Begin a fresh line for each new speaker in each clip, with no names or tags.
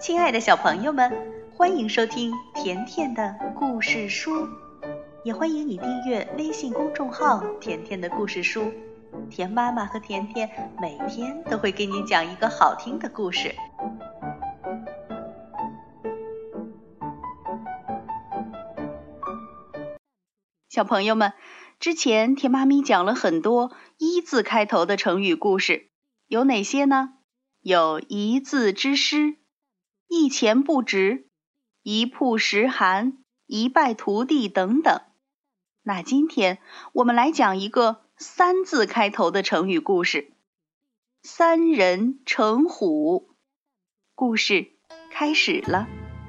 亲爱的小朋友们，欢迎收听甜甜的故事书，也欢迎你订阅微信公众号甜甜的故事书。甜妈妈和甜甜每天都会给你讲一个好听的故事。小朋友们，之前甜妈咪讲了很多一字开头的成语故事，有哪些呢？有一字之师、一钱不值、一曝十寒、一败涂地等等。那今天我们来讲一个三字开头的成语故事，三人成虎。故事开始了。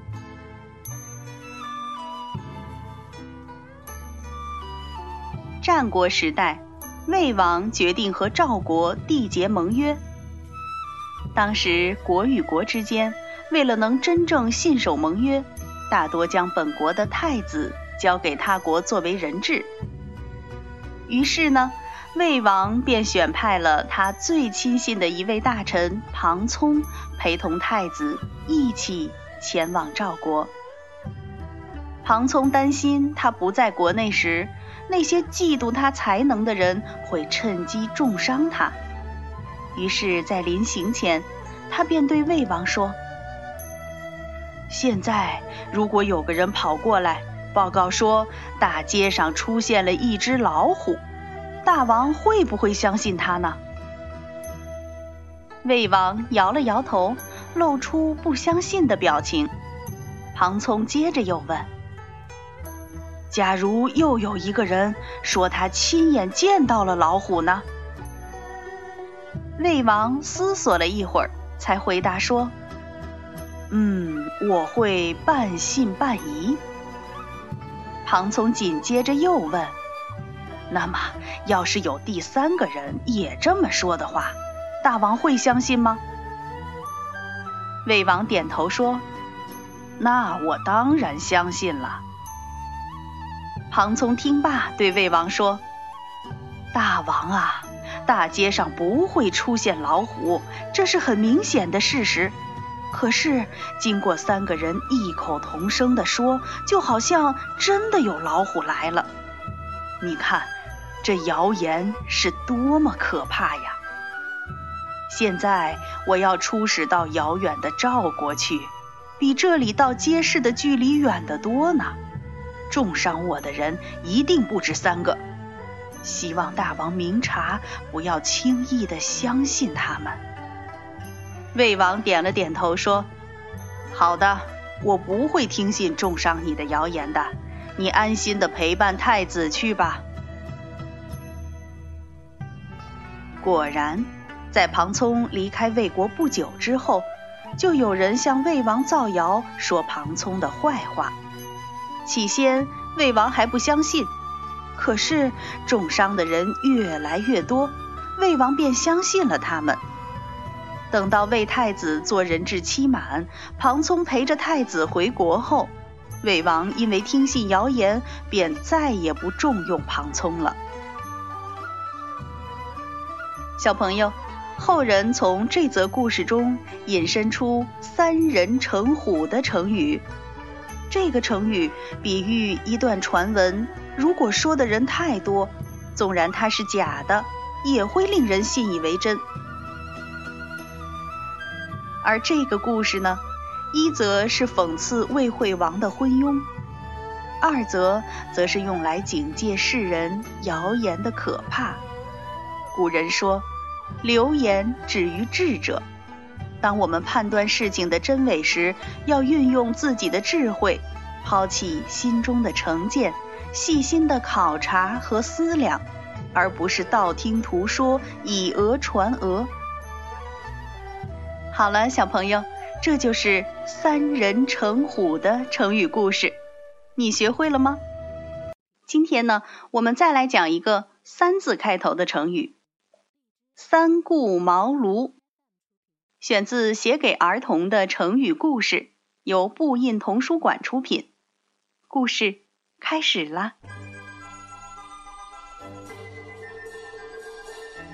战国时代，魏王决定和赵国缔结盟约。当时国与国之间为了能真正信守盟约，大多将本国的太子交给他国作为人质。于是呢，魏王便选派了他最亲信的一位大臣庞聪，陪同太子一起前往赵国。庞聪担心他不在国内时，那些嫉妒他才能的人会趁机重伤他。于是在临行前，他便对魏王说：现在如果有个人跑过来报告说大街上出现了一只老虎，大王会不会相信他呢？魏王摇了摇头，露出不相信的表情。庞聪接着又问：假如又有一个人说他亲眼见到了老虎呢？魏王思索了一会儿，才回答说：我会半信半疑。庞聪紧接着又问：那么要是有第三个人也这么说的话，大王会相信吗？魏王点头说：那我当然相信了。庞聪听罢对魏王说：大王啊，大街上不会出现老虎，这是很明显的事实。可是经过三个人异口同声地说，就好像真的有老虎来了。你看，这谣言是多么可怕呀！现在我要出使到遥远的赵国去，比这里到街市的距离远得多呢。重伤我的人一定不止3个，希望大王明察，不要轻易地相信他们。魏王点了点头说：好的，我不会听信重伤你的谣言的，你安心地陪伴太子去吧。果然，在庞聪离开魏国不久之后，就有人向魏王造谣说庞聪的坏话。起先魏王还不相信，可是重伤的人越来越多，魏王便相信了他们。等到魏太子做人质期满，庞聪陪着太子回国后，魏王因为听信谣言，便再也不重用庞聪了。小朋友，后人从这则故事中引申出三人成虎的成语。这个成语比喻一段传闻，如果说的人太多，纵然它是假的，也会令人信以为真。而这个故事呢，一则是讽刺魏惠王的昏庸，二则是用来警戒世人谣言的可怕。古人说，流言止于智者。当我们判断事情的真伪时，要运用自己的智慧，抛弃心中的成见，细心的考察和思量，而不是道听途说，以讹传讹。好了，小朋友，这就是三人成虎的成语故事，你学会了吗？今天呢，我们再来讲一个三字开头的成语，三顾茅庐。选自写给儿童的成语故事，由布印童书馆出品。故事开始啦。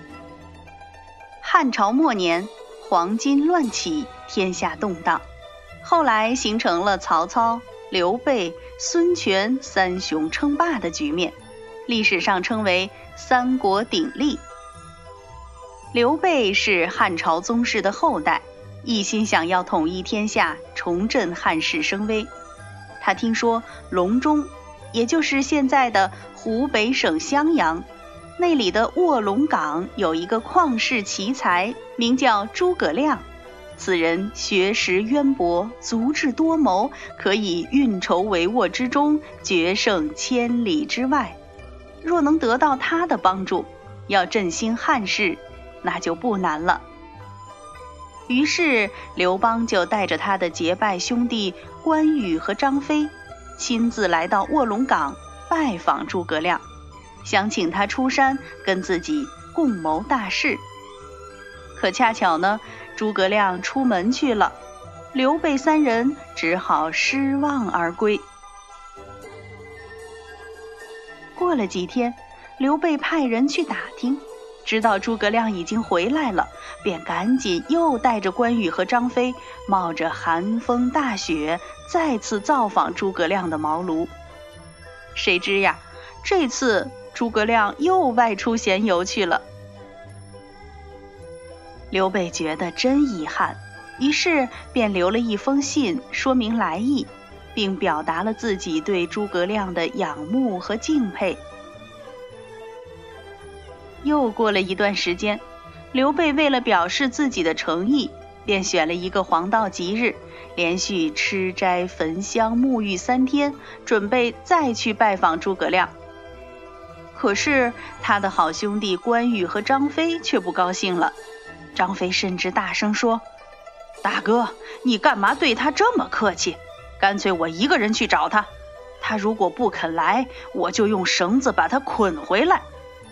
汉朝末年，黄巾乱起，天下动荡。 后来形成了曹操、刘备、孙权三雄称霸的局面，历史上称为三国鼎立。刘备是汉朝宗室的后代，一心想要统一天下，重振汉室声威。他听说隆中，也就是现在的湖北省襄阳，那里的卧龙岗有一个旷世奇才，名叫诸葛亮。此人学识渊博，足智多谋，可以运筹帷幄之中，决胜千里之外。若能得到他的帮助，要振兴汉室，那就不难了。于是刘邦就带着他的结拜兄弟关羽和张飞，亲自来到卧龙岗拜访诸葛亮，想请他出山跟自己共谋大事。可恰巧呢，诸葛亮出门去了，刘备三人只好失望而归。过了几天，刘备派人去打听，知道诸葛亮已经回来了，便赶紧又带着关羽和张飞，冒着寒风大雪，再次造访诸葛亮的茅庐。谁知呀，这次诸葛亮又外出闲游去了。刘备觉得真遗憾，于是便留了一封信，说明来意，并表达了自己对诸葛亮的仰慕和敬佩。又过了一段时间，刘备为了表示自己的诚意，便选了一个黄道吉日，连续吃斋焚香沐浴3天，准备再去拜访诸葛亮。可是他的好兄弟关羽和张飞却不高兴了。张飞甚至大声说：“大哥，你干嘛对他这么客气？干脆我一个人去找他，他如果不肯来，我就用绳子把他捆回来。”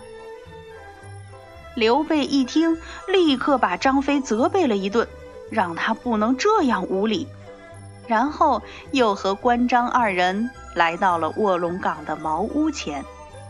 刘备一听，立刻把张飞责备了一顿，让他不能这样无礼，然后又和关张二人来到了卧龙岗的茅屋前。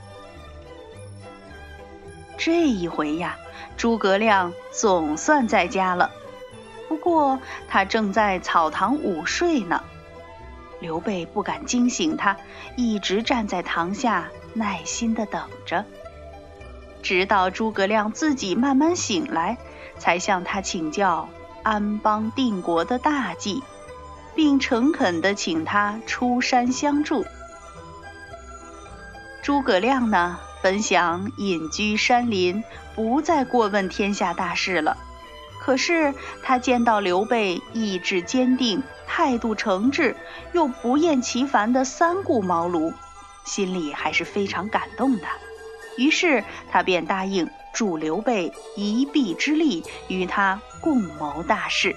这一回呀，诸葛亮总算在家了，不过他正在草堂午睡呢。刘备不敢惊醒他，一直站在堂下耐心地等着，直到诸葛亮自己慢慢醒来，才向他请教安邦定国的大计，并诚恳地请他出山相助。诸葛亮呢，本想隐居山林，不再过问天下大事了，可是他见到刘备意志坚定，态度诚挚，又不厌其烦的三顾茅庐，心里还是非常感动的。于是他便答应助刘备一臂之力，与他共谋大事。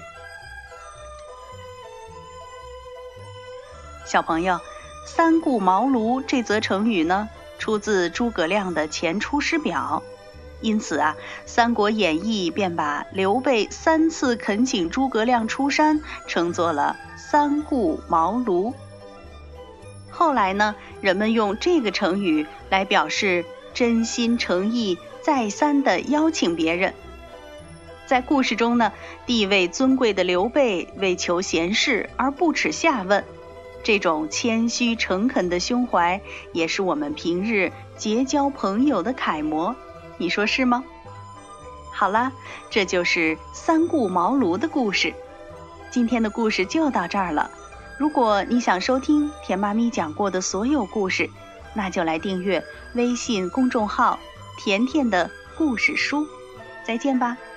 小朋友，三顾茅庐这则成语呢，出自诸葛亮的前出师表，因此啊，《三国演义》便把刘备3次恳请诸葛亮出山称作了三顾茅庐。后来呢，人们用这个成语来表示真心诚意再三地邀请别人。在故事中呢，地位尊贵的刘备为求贤士而不耻下问，这种谦虚诚恳的胸怀，也是我们平日结交朋友的楷模，你说是吗？好啦，这就是三顾茅庐的故事。今天的故事就到这儿了。如果你想收听甜妈咪讲过的所有故事，那就来订阅微信公众号甜甜的故事书。再见吧。